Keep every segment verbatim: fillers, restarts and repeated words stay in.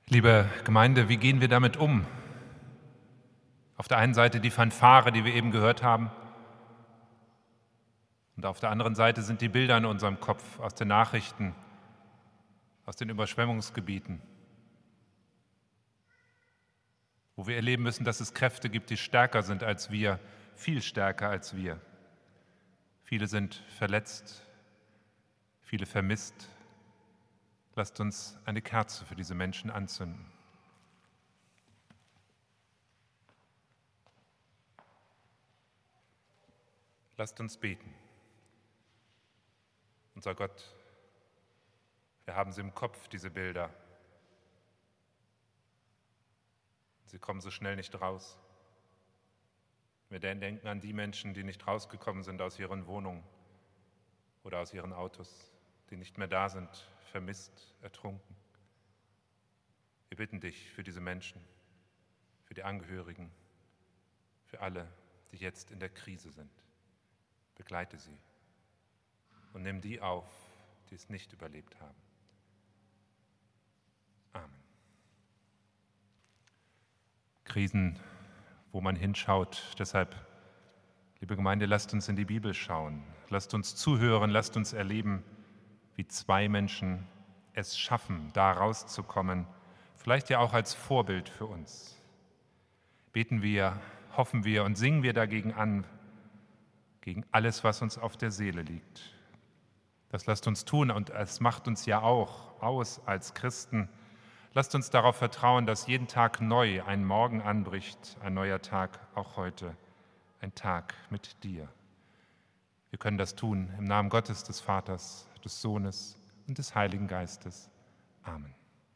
Liebe Gemeinde, wie gehen wir damit um? Auf der einen Seite die Fanfare, die wir eben gehört haben, und auf der anderen Seite sind die Bilder in unserem Kopf aus den Nachrichten, aus den Überschwemmungsgebieten, wo wir erleben müssen, dass es Kräfte gibt, die stärker sind als wir, viel stärker als wir. Viele sind verletzt, viele vermisst. Lasst uns eine Kerze für diese Menschen anzünden. Lasst uns beten. Unser Gott, wir haben sie im Kopf, diese Bilder. Sie kommen so schnell nicht raus. Wir denken an die Menschen, die nicht rausgekommen sind aus ihren Wohnungen oder aus ihren Autos, die nicht mehr da sind, vermisst, ertrunken. Wir bitten dich für diese Menschen, für die Angehörigen, für alle, die jetzt in der Krise sind. Begleite sie und nimm die auf, die es nicht überlebt haben. Amen. Krisen, wo man hinschaut. Deshalb, liebe Gemeinde, lasst uns in die Bibel schauen. Lasst uns zuhören, lasst uns erleben, wie zwei Menschen es schaffen, da rauszukommen. Vielleicht ja auch als Vorbild für uns. Beten wir, hoffen wir und singen wir dagegen an, gegen alles, was uns auf der Seele liegt. Das lasst uns tun und es macht uns ja auch aus als Christen. Lasst uns darauf vertrauen, dass jeden Tag neu ein Morgen anbricht, ein neuer Tag, auch heute, ein Tag mit dir. Wir können das tun im Namen Gottes, des Vaters, des Sohnes und des Heiligen Geistes. Amen.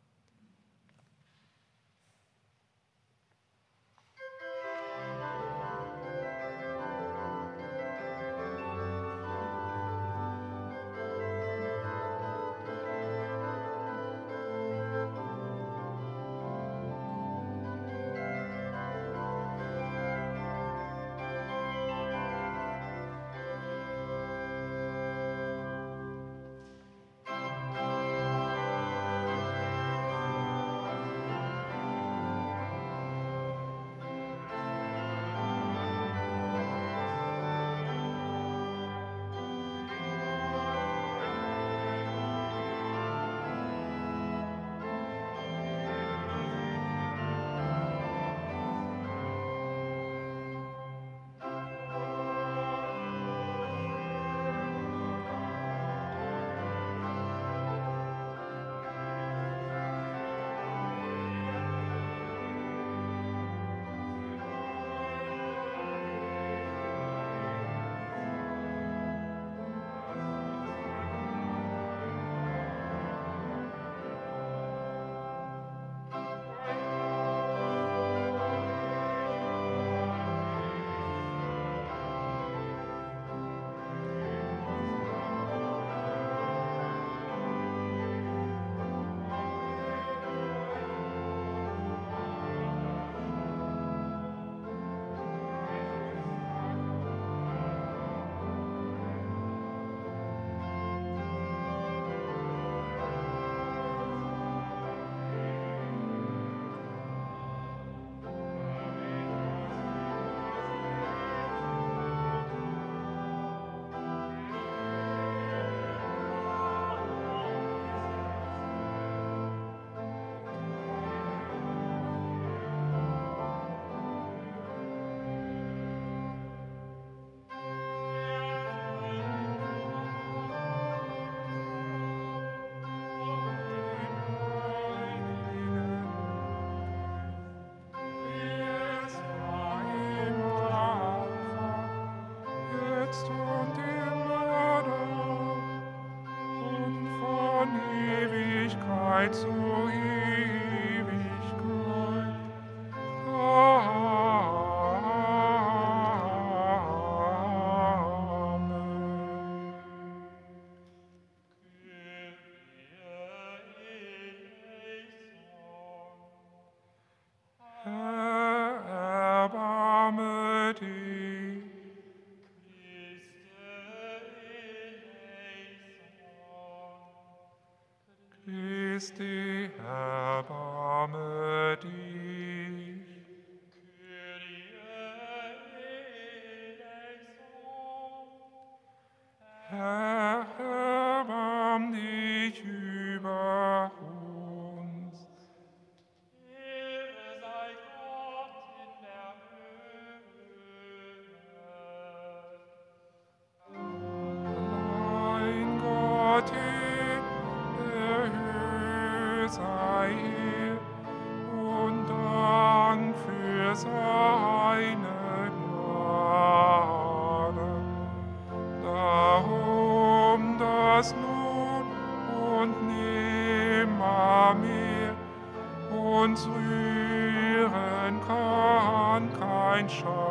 Zu Ewigkeit. Amen. Herr, erbarme dich. Kyrie Christi, erbarme dich. Herr, erbarm dich über uns. Ehre sei Gott in der Höhe. Mein Gott in der Höhe sei Ehre und Dank für seine Gnade. Darum, dass nun und nimmermehr uns rühren kann kein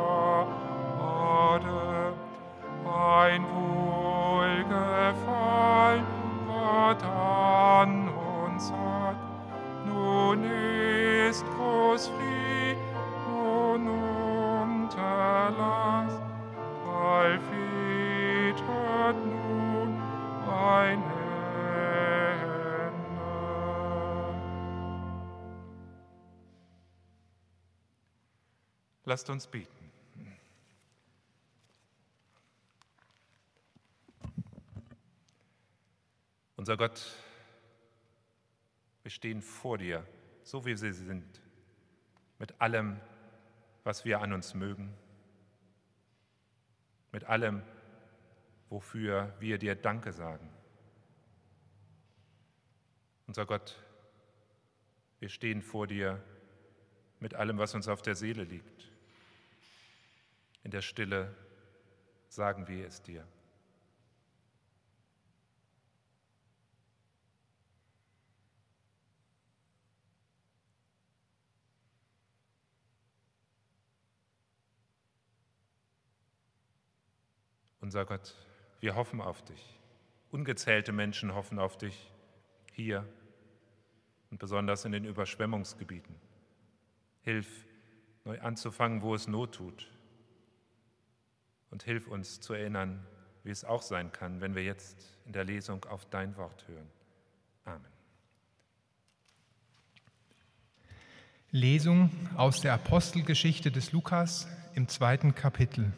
Schade, ein Wohlgefallen Gott an uns hat. Nun ist groß Fried und Unterlass, allfehlt nun ein Ende. Lasst uns beten. Unser Gott, wir stehen vor dir, so wie wir sind, mit allem, was wir an uns mögen, mit allem, wofür wir dir Danke sagen. Unser Gott, wir stehen vor dir mit allem, was uns auf der Seele liegt. In der Stille sagen wir es dir. Unser Gott, wir hoffen auf dich. Ungezählte Menschen hoffen auf dich, hier und besonders in den Überschwemmungsgebieten. Hilf, neu anzufangen, wo es Not tut. Und hilf uns zu erinnern, wie es auch sein kann, wenn wir jetzt in der Lesung auf dein Wort hören. Amen. Lesung aus der Apostelgeschichte des Lukas im zweiten Kapitel.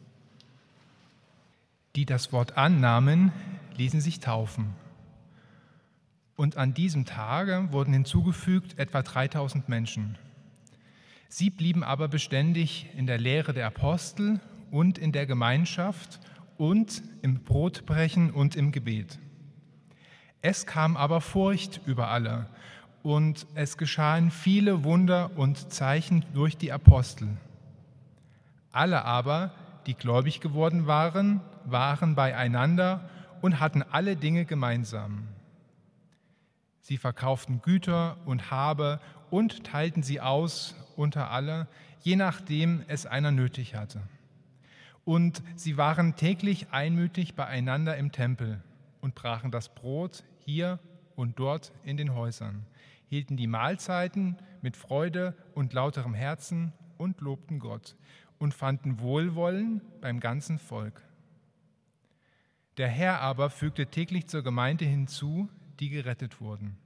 Die das Wort annahmen, ließen sich taufen. Und an diesem Tage wurden hinzugefügt etwa dreitausend Menschen. Sie blieben aber beständig in der Lehre der Apostel und in der Gemeinschaft und im Brotbrechen und im Gebet. Es kam aber Furcht über alle, und es geschahen viele Wunder und Zeichen durch die Apostel. Alle aber, die gläubig geworden waren, waren beieinander und hatten alle Dinge gemeinsam. Sie verkauften Güter und Habe und teilten sie aus unter alle, je nachdem es einer nötig hatte. Und sie waren täglich einmütig beieinander im Tempel und brachen das Brot hier und dort in den Häusern, hielten die Mahlzeiten mit Freude und lauterem Herzen und lobten Gott und fanden Wohlwollen beim ganzen Volk. Der Herr aber fügte täglich zur Gemeinde hinzu, die gerettet wurden.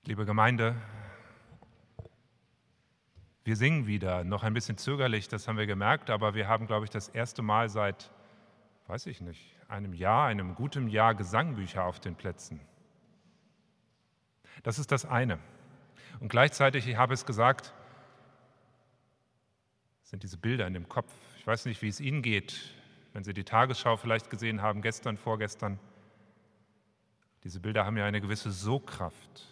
Liebe Gemeinde, wir singen wieder, noch ein bisschen zögerlich, das haben wir gemerkt, aber wir haben, glaube ich, das erste Mal seit, weiß ich nicht, einem Jahr, einem guten Jahr Gesangbücher auf den Plätzen. Das ist das eine. Und gleichzeitig, ich habe es gesagt, sind diese Bilder in dem Kopf. Ich weiß nicht, wie es Ihnen geht, wenn Sie die Tagesschau vielleicht gesehen haben, gestern, vorgestern. Diese Bilder haben ja eine gewisse Sogkraft.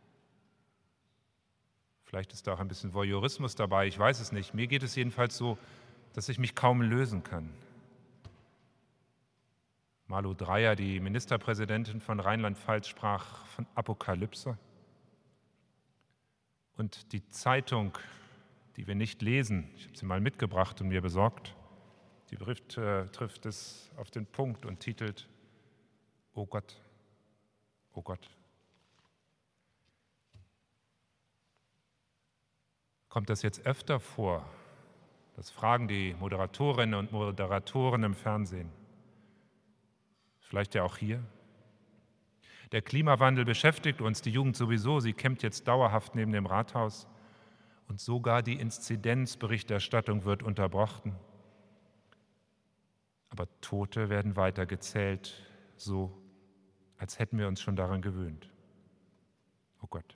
Vielleicht ist da auch ein bisschen Voyeurismus dabei, ich weiß es nicht. Mir geht es jedenfalls so, dass ich mich kaum lösen kann. Malu Dreyer, die Ministerpräsidentin von Rheinland-Pfalz, sprach von Apokalypse. Und die Zeitung, die wir nicht lesen, ich habe sie mal mitgebracht und mir besorgt, die trifft, äh, trifft es auf den Punkt und titelt: Oh Gott, oh Gott. Kommt das jetzt öfter vor? Das fragen die Moderatorinnen und Moderatoren im Fernsehen. Vielleicht ja auch hier. Der Klimawandel beschäftigt uns, die Jugend sowieso, sie campt jetzt dauerhaft neben dem Rathaus und sogar die Inzidenzberichterstattung wird unterbrochen. Aber Tote werden weiter gezählt, so als hätten wir uns schon daran gewöhnt. Oh Gott.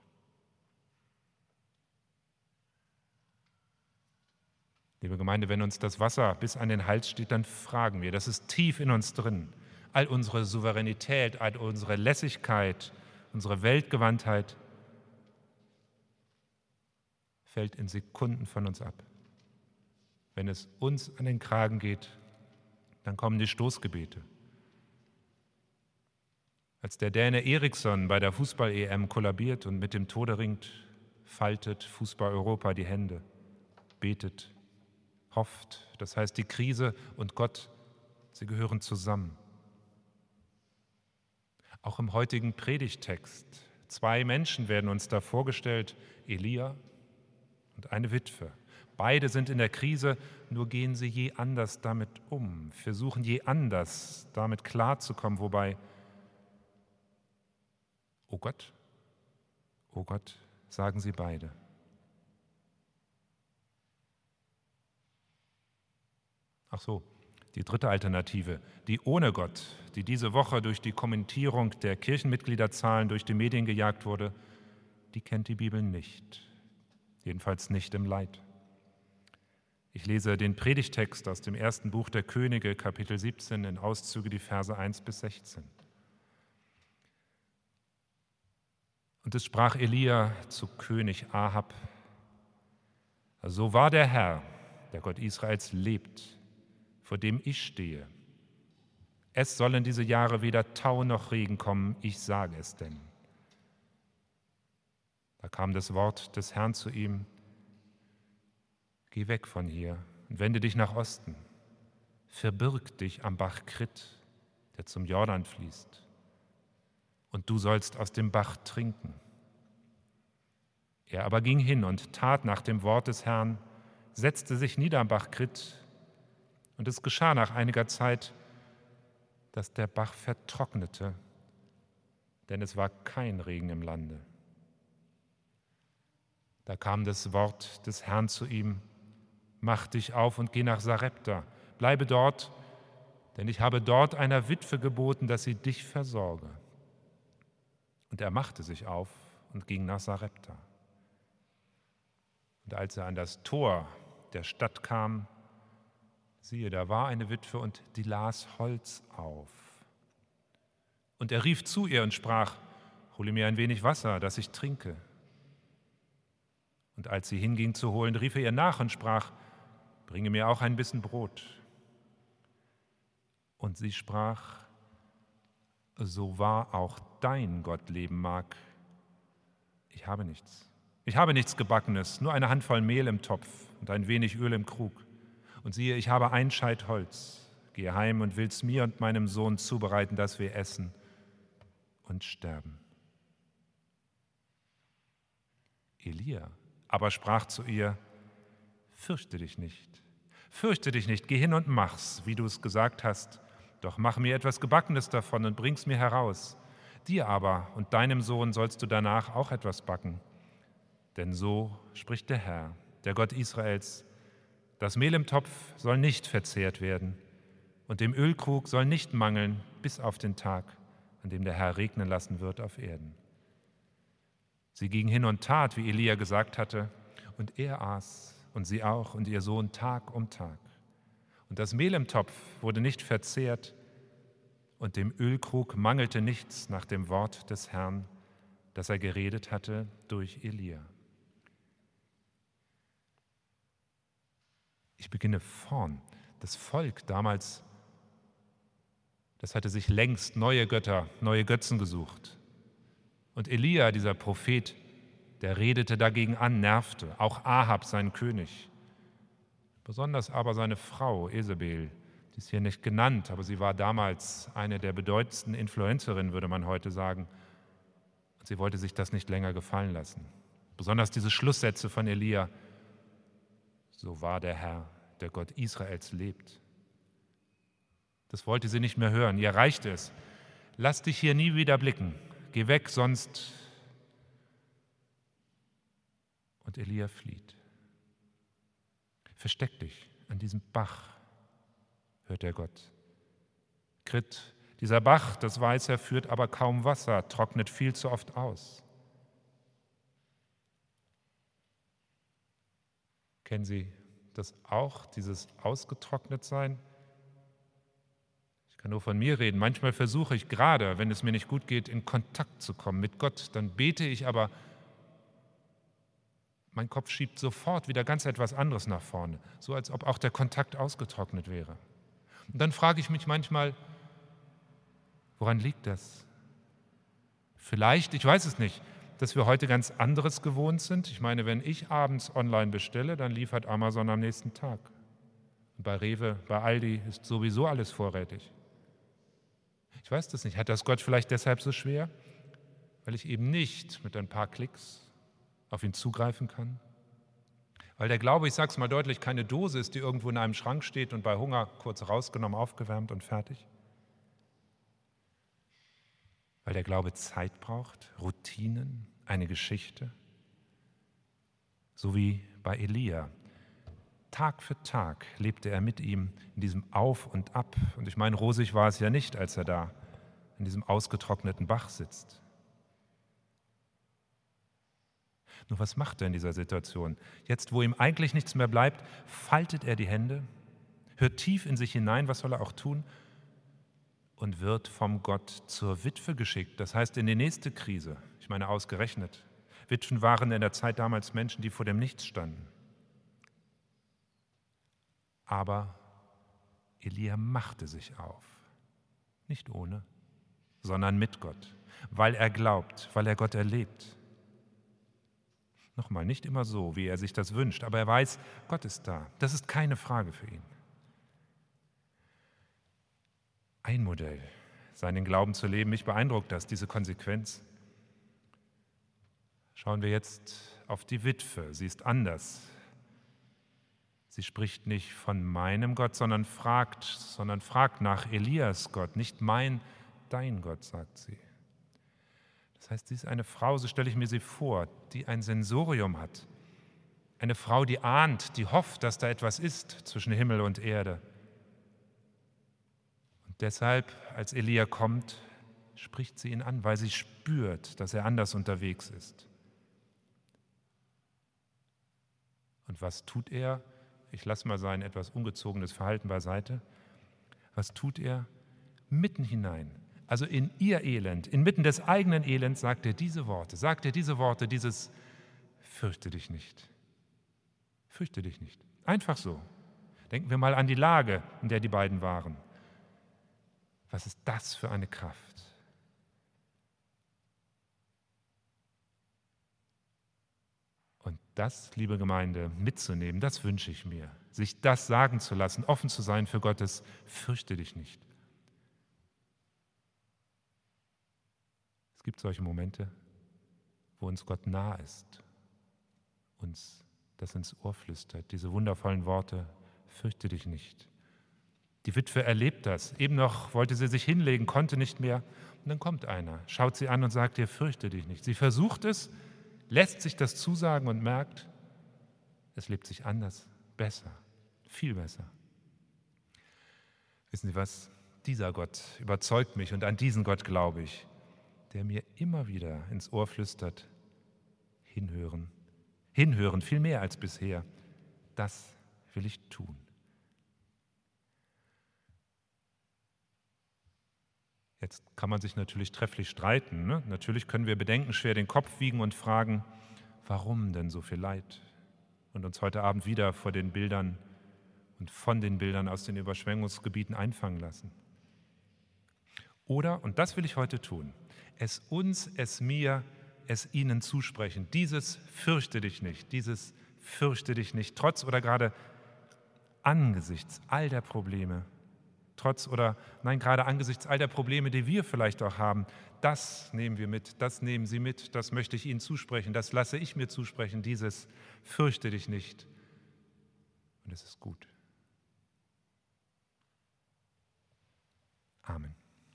Liebe Gemeinde, wenn uns das Wasser bis an den Hals steht, dann fragen wir, das ist tief in uns drin. All unsere Souveränität, all unsere Lässigkeit, unsere Weltgewandtheit fällt in Sekunden von uns ab. Wenn es uns an den Kragen geht, dann kommen die Stoßgebete. Als der Däne Eriksson bei der Fußball-E M kollabiert und mit dem Tode ringt, faltet Fußball-Europa die Hände, betet, hofft. Das heißt, die Krise und Gott, sie gehören zusammen. Auch im heutigen Predigttext. Zwei Menschen werden uns da vorgestellt, Elia und eine Witwe. Beide sind in der Krise, nur gehen sie je anders damit um, versuchen je anders damit klarzukommen, wobei, oh Gott, oh Gott, sagen sie beide. Ach so, die dritte Alternative, die ohne Gott, die diese Woche durch die Kommentierung der Kirchenmitgliederzahlen durch die Medien gejagt wurde, die kennt die Bibel nicht, jedenfalls nicht im Leid. Ich lese den Predigtext aus dem ersten Buch der Könige, Kapitel siebzehn, in Auszüge die Verse eins bis sechzehn. Und es sprach Elia zu König Ahab: So wahr der Herr, der Gott Israels, lebt, vor dem ich stehe. Es sollen diese Jahre weder Tau noch Regen kommen, ich sage es denn. Da kam das Wort des Herrn zu ihm: Geh weg von hier und wende dich nach Osten. Verbirg dich am Bach Krit, der zum Jordan fließt. Und du sollst aus dem Bach trinken. Er aber ging hin und tat nach dem Wort des Herrn, setzte sich nieder am Bach Krit. Und es geschah nach einiger Zeit, dass der Bach vertrocknete, denn es war kein Regen im Lande. Da kam das Wort des Herrn zu ihm: Mach dich auf und geh nach Sarepta, bleibe dort, denn ich habe dort einer Witwe geboten, dass sie dich versorge. Und er machte sich auf und ging nach Sarepta. Und als er an das Tor der Stadt kam, siehe, da war eine Witwe und die las Holz auf. Und er rief zu ihr und sprach: Hole mir ein wenig Wasser, dass ich trinke. Und als sie hinging zu holen, rief er ihr nach und sprach: Bringe mir auch ein bisschen Brot. Und sie sprach: So wahr auch dein Gott leben mag, ich habe nichts. Ich habe nichts Gebackenes, nur eine Handvoll Mehl im Topf und ein wenig Öl im Krug. Und siehe, ich habe ein Scheit Holz. Gehe heim und will's mir und meinem Sohn zubereiten, dass wir essen und sterben. Elia aber sprach zu ihr: Fürchte dich nicht, fürchte dich nicht, geh hin und mach's, wie du es gesagt hast. Doch mach mir etwas Gebackenes davon und bring's mir heraus. Dir aber und deinem Sohn sollst du danach auch etwas backen. Denn so spricht der Herr, der Gott Israels: Das Mehl im Topf soll nicht verzehrt werden und dem Ölkrug soll nicht mangeln bis auf den Tag, an dem der Herr regnen lassen wird auf Erden. Sie ging hin und tat, wie Elia gesagt hatte, und er aß und sie auch und ihr Sohn Tag um Tag. Und das Mehl im Topf wurde nicht verzehrt und dem Ölkrug mangelte nichts nach dem Wort des Herrn, das er geredet hatte durch Elia. Ich beginne vorn. Das Volk damals, das hatte sich längst neue Götter, neue Götzen gesucht. Und Elia, dieser Prophet, der redete dagegen an, nervte, auch Ahab, sein König. Besonders aber seine Frau, Isabel, die ist hier nicht genannt, aber sie war damals eine der bedeutendsten Influencerinnen, würde man heute sagen. Und sie wollte sich das nicht länger gefallen lassen. Besonders diese Schlusssätze von Elia: So wahr der Herr, der Gott Israels, lebt. Das wollte sie nicht mehr hören. Ihr reichte es. Lass dich hier nie wieder blicken. Geh weg, sonst... Und Elia flieht. Versteck dich an diesem Bach, hört der Gott. Krit, dieser Bach, das weiß er, führt aber kaum Wasser, trocknet viel zu oft aus. Kennen Sie das auch, dieses Ausgetrocknetsein? Ich kann nur von mir reden. Manchmal versuche ich gerade, wenn es mir nicht gut geht, in Kontakt zu kommen mit Gott. Dann bete ich, aber mein Kopf schiebt sofort wieder ganz etwas anderes nach vorne, so als ob auch der Kontakt ausgetrocknet wäre. Und dann frage ich mich manchmal, woran liegt das? Vielleicht, ich weiß es nicht, dass wir heute ganz anderes gewohnt sind. Ich meine, wenn ich abends online bestelle, dann liefert Amazon am nächsten Tag. Und bei Rewe, bei Aldi ist sowieso alles vorrätig. Ich weiß das nicht. Hat das Gott vielleicht deshalb so schwer? Weil ich eben nicht mit ein paar Klicks auf ihn zugreifen kann? Weil der Glaube, ich sage es mal deutlich, keine Dose ist, die irgendwo in einem Schrank steht und bei Hunger kurz rausgenommen, aufgewärmt und fertig? Weil der Glaube Zeit braucht, Routinen, eine Geschichte? So wie bei Elia. Tag für Tag lebte er mit ihm in diesem Auf und Ab. Und ich meine, rosig war es ja nicht, als er da in diesem ausgetrockneten Bach sitzt. Nur was macht er in dieser Situation? Jetzt, wo ihm eigentlich nichts mehr bleibt, faltet er die Hände, hört tief in sich hinein, was soll er auch tun, und wird vom Gott zur Witwe geschickt. Das heißt, in die nächste Krise, ich meine ausgerechnet. Witwen waren in der Zeit damals Menschen, die vor dem Nichts standen. Aber Elia machte sich auf, nicht ohne, sondern mit Gott, weil er glaubt, weil er Gott erlebt. Nochmal, nicht immer so, wie er sich das wünscht, aber er weiß, Gott ist da. Das ist keine Frage für ihn. Ein Modell, seinen Glauben zu leben, mich beeindruckt das, diese Konsequenz. Schauen wir jetzt auf die Witwe. Sie ist anders. Sie spricht nicht von meinem Gott, sondern fragt, sondern fragt nach Elias Gott. Nicht mein, dein Gott, sagt sie. Das heißt, sie ist eine Frau, so stelle ich mir sie vor, die ein Sensorium hat. Eine Frau, die ahnt, die hofft, dass da etwas ist zwischen Himmel und Erde. Und deshalb, als Elia kommt, spricht sie ihn an, weil sie spürt, dass er anders unterwegs ist. Und was tut er? Ich lasse mal sein etwas ungezogenes Verhalten beiseite. Was tut er? Mitten hinein. Also in ihr Elend, inmitten des eigenen Elends sagt er diese Worte, sagt er diese Worte, dieses Fürchte dich nicht, fürchte dich nicht. Einfach so. Denken wir mal an die Lage, in der die beiden waren. Was ist das für eine Kraft? Und das, liebe Gemeinde, mitzunehmen, das wünsche ich mir. Sich das sagen zu lassen, offen zu sein für Gottes Fürchte dich nicht. Es gibt solche Momente, wo uns Gott nah ist, uns das ins Ohr flüstert, diese wundervollen Worte, fürchte dich nicht. Die Witwe erlebt das. Eben noch wollte sie sich hinlegen, konnte nicht mehr. Und dann kommt einer, schaut sie an und sagt ihr, fürchte dich nicht. Sie versucht es, lässt sich das zusagen und merkt, es lebt sich anders, besser, viel besser. Wissen Sie was? Dieser Gott überzeugt mich und an diesen Gott glaube ich, der mir immer wieder ins Ohr flüstert, hinhören, hinhören, viel mehr als bisher, das will ich tun. Jetzt kann man sich natürlich trefflich streiten. Ne? Natürlich können wir bedenkenschwer den Kopf wiegen und fragen, warum denn so viel Leid? Und uns heute Abend wieder vor den Bildern und von den Bildern aus den Überschwemmungsgebieten einfangen lassen. Oder, und das will ich heute tun, es uns, es mir, es ihnen zusprechen. Dieses fürchte dich nicht, dieses fürchte dich nicht, trotz oder gerade angesichts all der Probleme, trotz oder nein, gerade angesichts all der Probleme, die wir vielleicht auch haben, das nehmen wir mit, das nehmen Sie mit, das möchte ich Ihnen zusprechen, das lasse ich mir zusprechen, dieses fürchte dich nicht. Und es ist gut. Amen.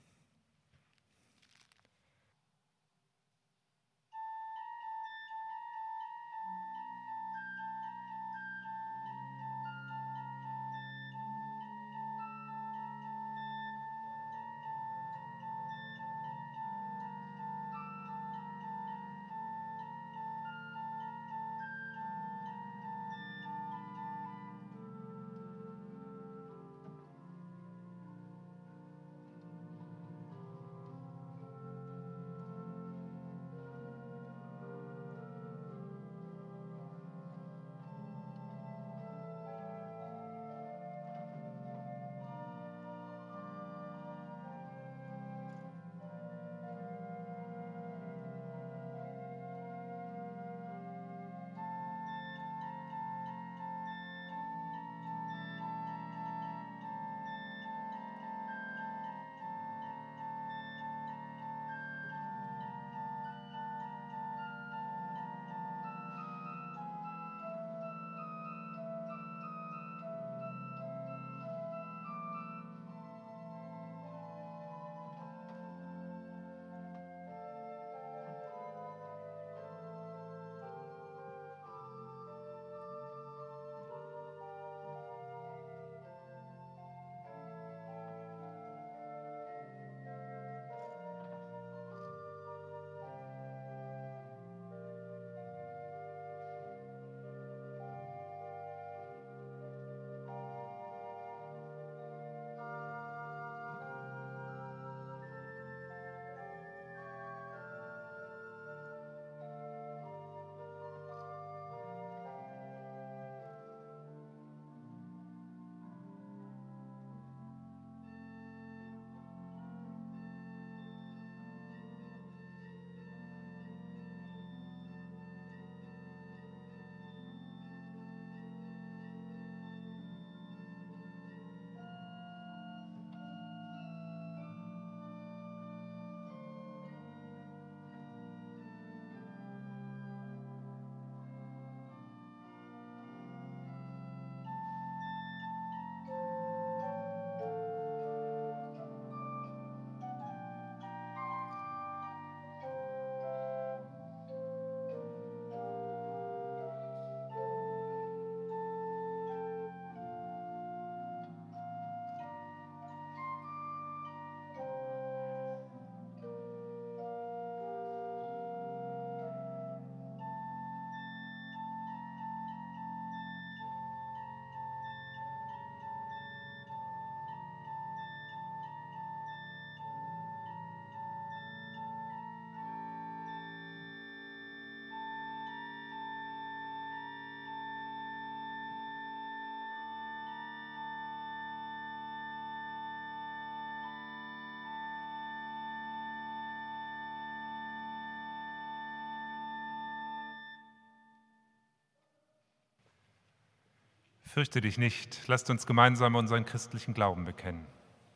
Fürchte dich nicht, lasst uns gemeinsam unseren christlichen Glauben bekennen.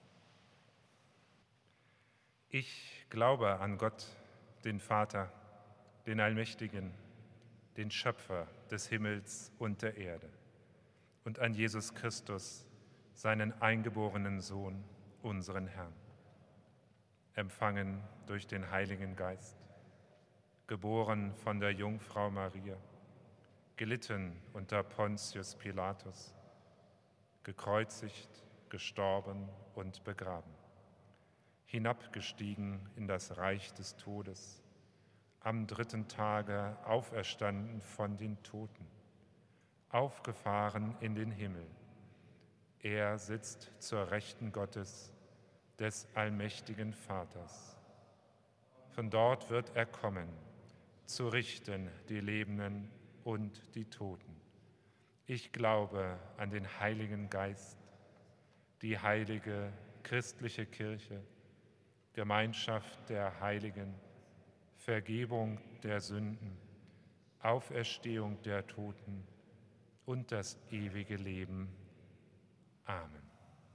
Ich glaube an Gott, den Vater, den Allmächtigen, den Schöpfer des Himmels und der Erde, und an Jesus Christus, seinen eingeborenen Sohn, unseren Herrn. empfangen durch den Heiligen Geist, geboren von der Jungfrau Maria, gelitten unter Pontius Pilatus, gekreuzigt, gestorben und begraben, hinabgestiegen in das Reich des Todes, am dritten Tage auferstanden von den Toten, aufgefahren in den Himmel. Er sitzt zur Rechten Gottes, des allmächtigen Vaters. Von dort wird er kommen, zu richten die Lebenden und die Toten. Ich glaube an den Heiligen Geist, die heilige christliche Kirche, Gemeinschaft der Heiligen, Vergebung der Sünden, Auferstehung der Toten und das ewige Leben. Amen.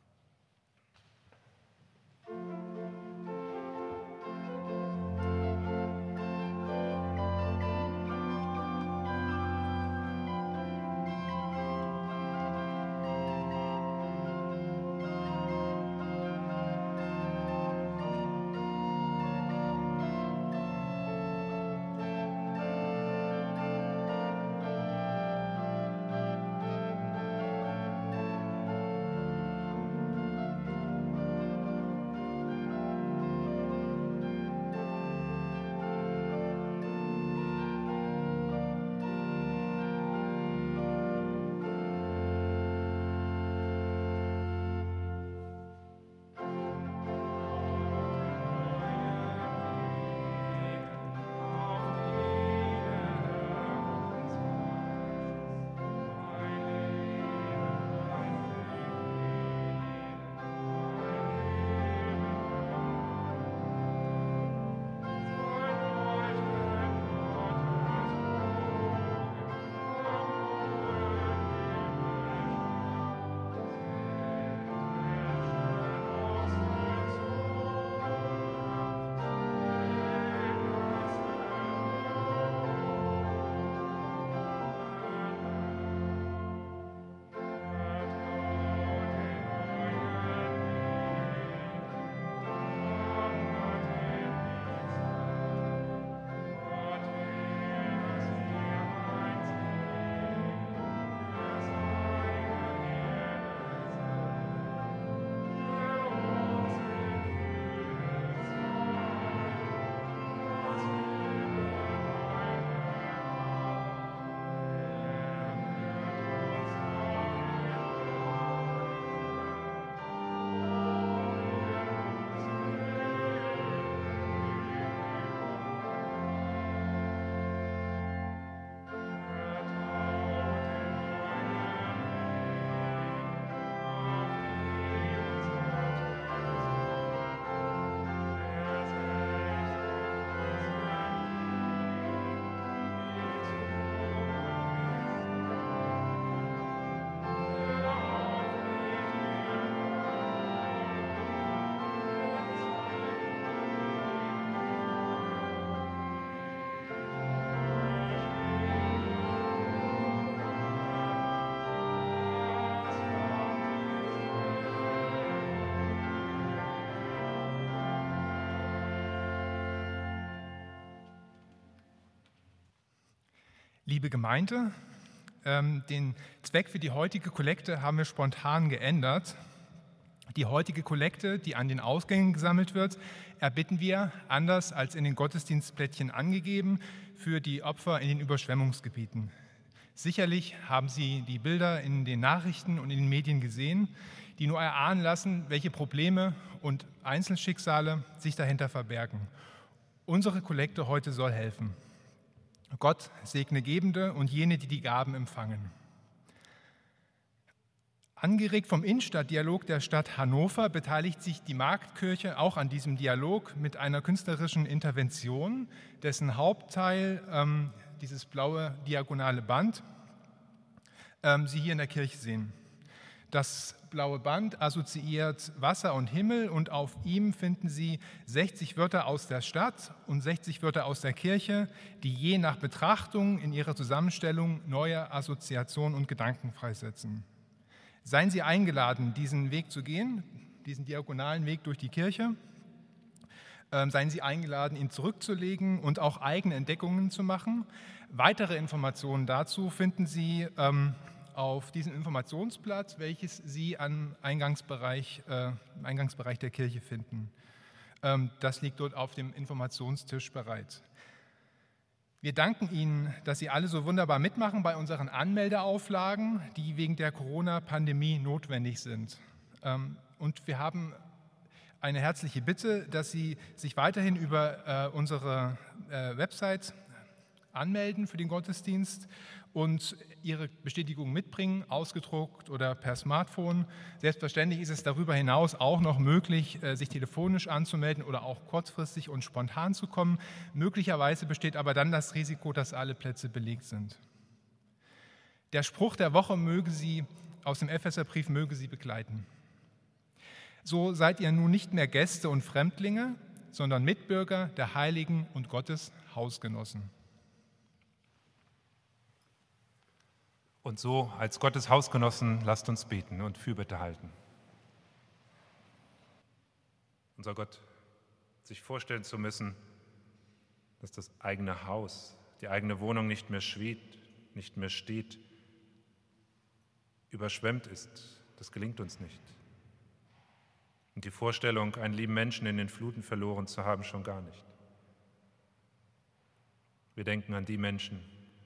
Liebe Gemeinde, ähm, den Zweck für die heutige Kollekte haben wir spontan geändert. Die heutige Kollekte, die an den Ausgängen gesammelt wird, erbitten wir, anders als in den Gottesdienstblättchen angegeben, für die Opfer in den Überschwemmungsgebieten. Sicherlich haben Sie die Bilder in den Nachrichten und in den Medien gesehen, die nur erahnen lassen, welche Probleme und Einzelschicksale sich dahinter verbergen. Unsere Kollekte heute soll helfen. Gott segne Gebende und jene, die die Gaben empfangen. Angeregt vom Innenstadtdialog der Stadt Hannover beteiligt sich die Marktkirche auch an diesem Dialog mit einer künstlerischen Intervention, dessen Hauptteil ähm, dieses blaue diagonale Band ähm, Sie hier in der Kirche sehen. Das blaue Band assoziiert Wasser und Himmel und auf ihm finden Sie sechzig Wörter aus der Stadt und sechzig Wörter aus der Kirche, die je nach Betrachtung in ihrer Zusammenstellung neue Assoziationen und Gedanken freisetzen. Seien Sie eingeladen, diesen Weg zu gehen, diesen diagonalen Weg durch die Kirche. ähm, seien Sie eingeladen, ihn zurückzulegen und auch eigene Entdeckungen zu machen. Weitere Informationen dazu finden Sie ähm, auf diesem Informationsblatt, welches Sie am Eingangsbereich, äh, im Eingangsbereich der Kirche finden. Ähm, das liegt dort auf dem Informationstisch bereit. Wir danken Ihnen, dass Sie alle so wunderbar mitmachen bei unseren Anmeldeauflagen, die wegen der Corona-Pandemie notwendig sind. Ähm, und wir haben eine herzliche Bitte, dass Sie sich weiterhin über äh, unsere äh, Website anmelden für den Gottesdienst und Ihre Bestätigung mitbringen, ausgedruckt oder per Smartphone. Selbstverständlich ist es darüber hinaus auch noch möglich, sich telefonisch anzumelden oder auch kurzfristig und spontan zu kommen. Möglicherweise besteht aber dann das Risiko, dass alle Plätze belegt sind. Der Spruch der Woche möge Sie aus dem Epheserbrief möge Sie begleiten. So seid ihr nun nicht mehr Gäste und Fremdlinge, sondern Mitbürger der Heiligen und Gottes Hausgenossen. Und so als Gottes Hausgenossen lasst uns beten und Fürbitte halten. Unser Gott, sich vorstellen zu müssen, dass das eigene Haus, die eigene Wohnung nicht mehr schwebt, nicht mehr steht, überschwemmt ist, das gelingt uns nicht. Und die Vorstellung, einen lieben Menschen in den Fluten verloren zu haben, schon gar nicht. Wir denken an die Menschen,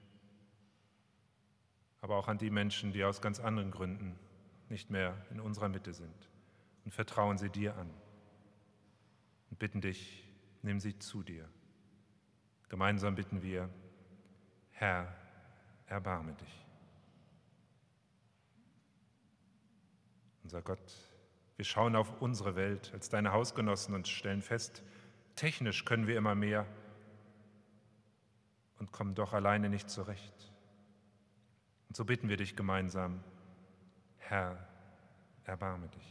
aber auch an die Menschen, die aus ganz anderen Gründen nicht mehr in unserer Mitte sind, und vertrauen sie dir an und bitten dich, nimm sie zu dir. Gemeinsam bitten wir, Herr, erbarme dich. Unser Gott, wir schauen auf unsere Welt als deine Hausgenossen und stellen fest, technisch können wir immer mehr und kommen doch alleine nicht zurecht. Und so bitten wir dich gemeinsam, Herr, erbarme dich.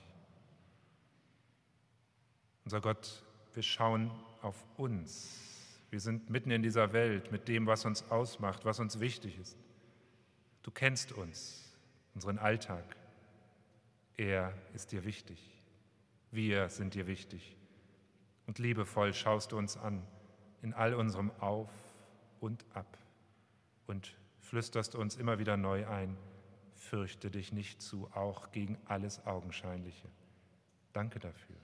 Unser Gott, wir schauen auf uns. Wir sind mitten in dieser Welt mit dem, was uns ausmacht, was uns wichtig ist. Du kennst uns, unseren Alltag. Er ist dir wichtig. Wir sind dir wichtig. Und liebevoll schaust du uns an in all unserem Auf und Ab und flüsterst uns immer wieder neu ein, fürchte dich nicht zu, auch gegen alles Augenscheinliche. Danke dafür.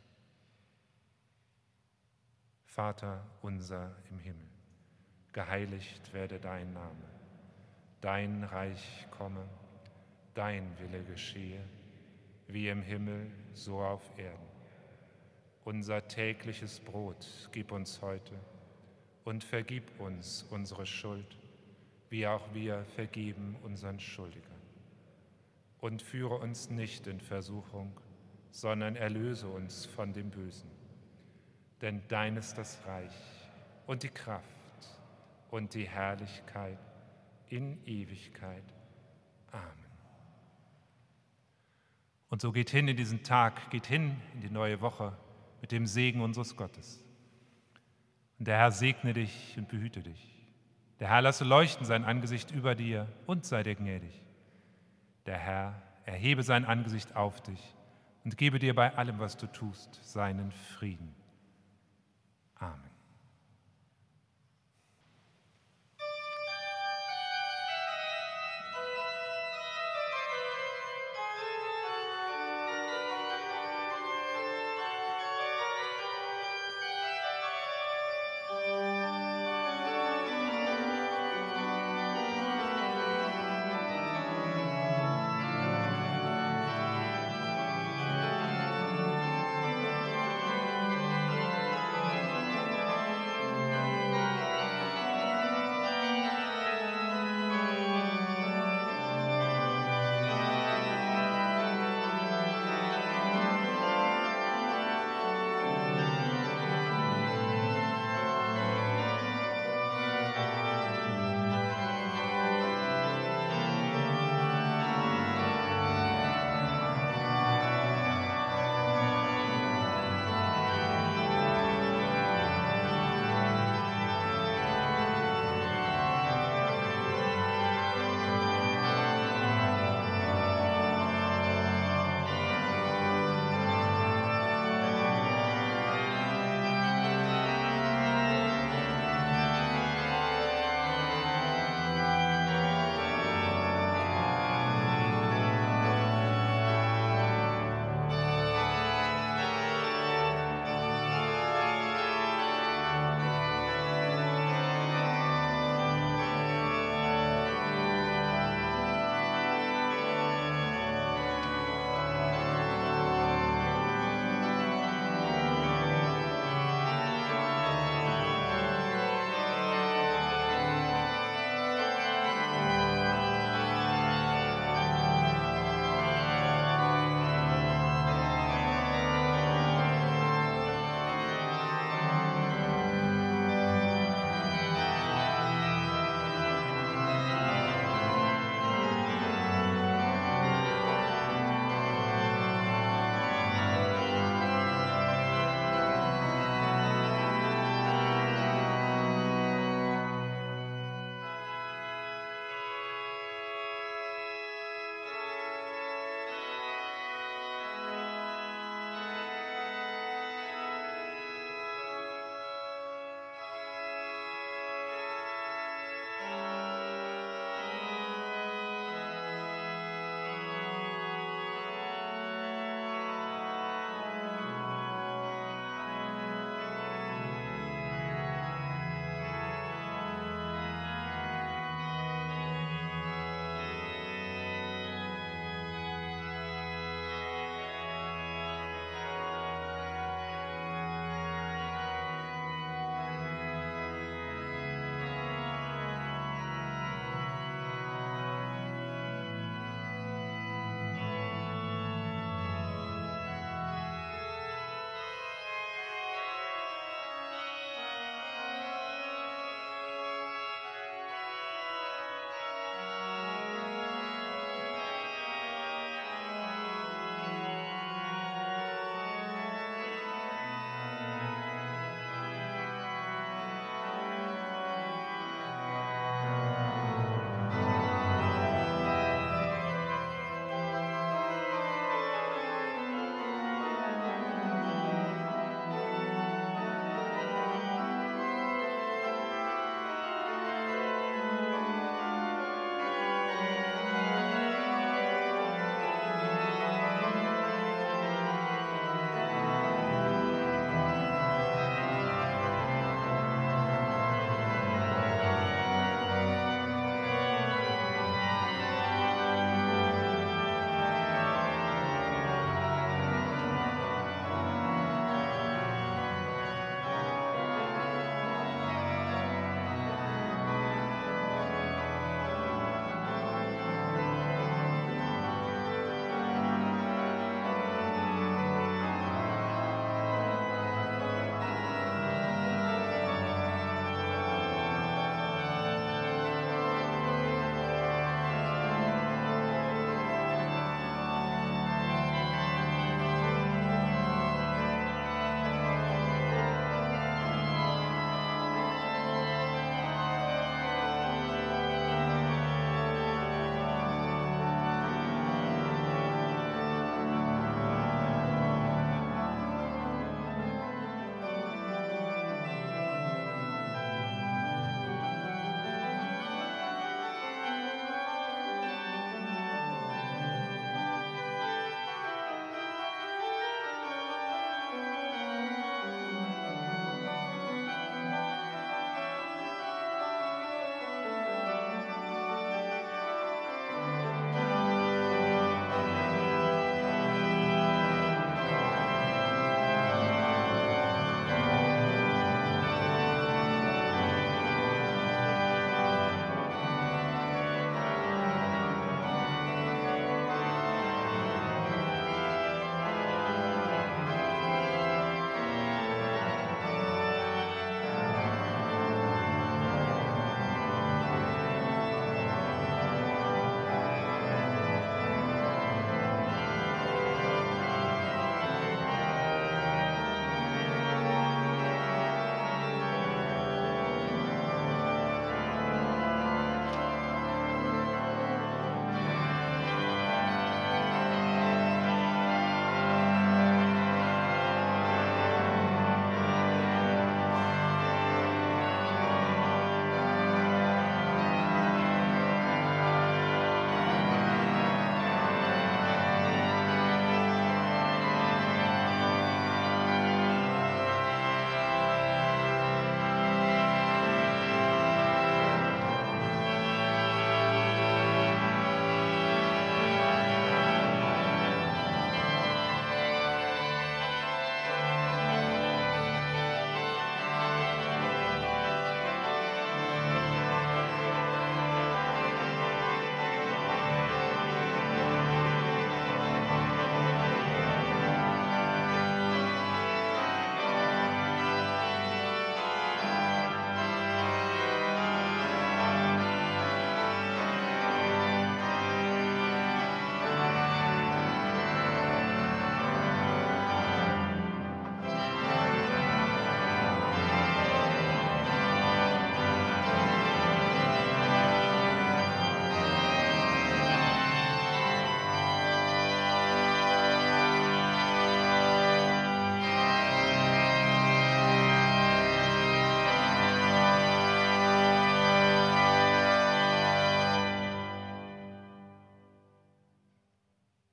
Vater unser im Himmel, geheiligt werde dein Name, dein Reich komme, dein Wille geschehe, wie im Himmel, so auf Erden. Unser tägliches Brot gib uns heute und vergib uns unsere Schuld, wie auch wir vergeben unseren Schuldigern. Und führe uns nicht in Versuchung, sondern erlöse uns von dem Bösen. Denn dein ist das Reich und die Kraft und die Herrlichkeit in Ewigkeit. Amen. Und so geht hin in diesen Tag, geht hin in die neue Woche mit dem Segen unseres Gottes. Und der Herr segne dich und behüte dich. Der Herr lasse leuchten sein Angesicht über dir und sei dir gnädig. Der Herr erhebe sein Angesicht auf dich und gebe dir bei allem, was du tust, seinen Frieden.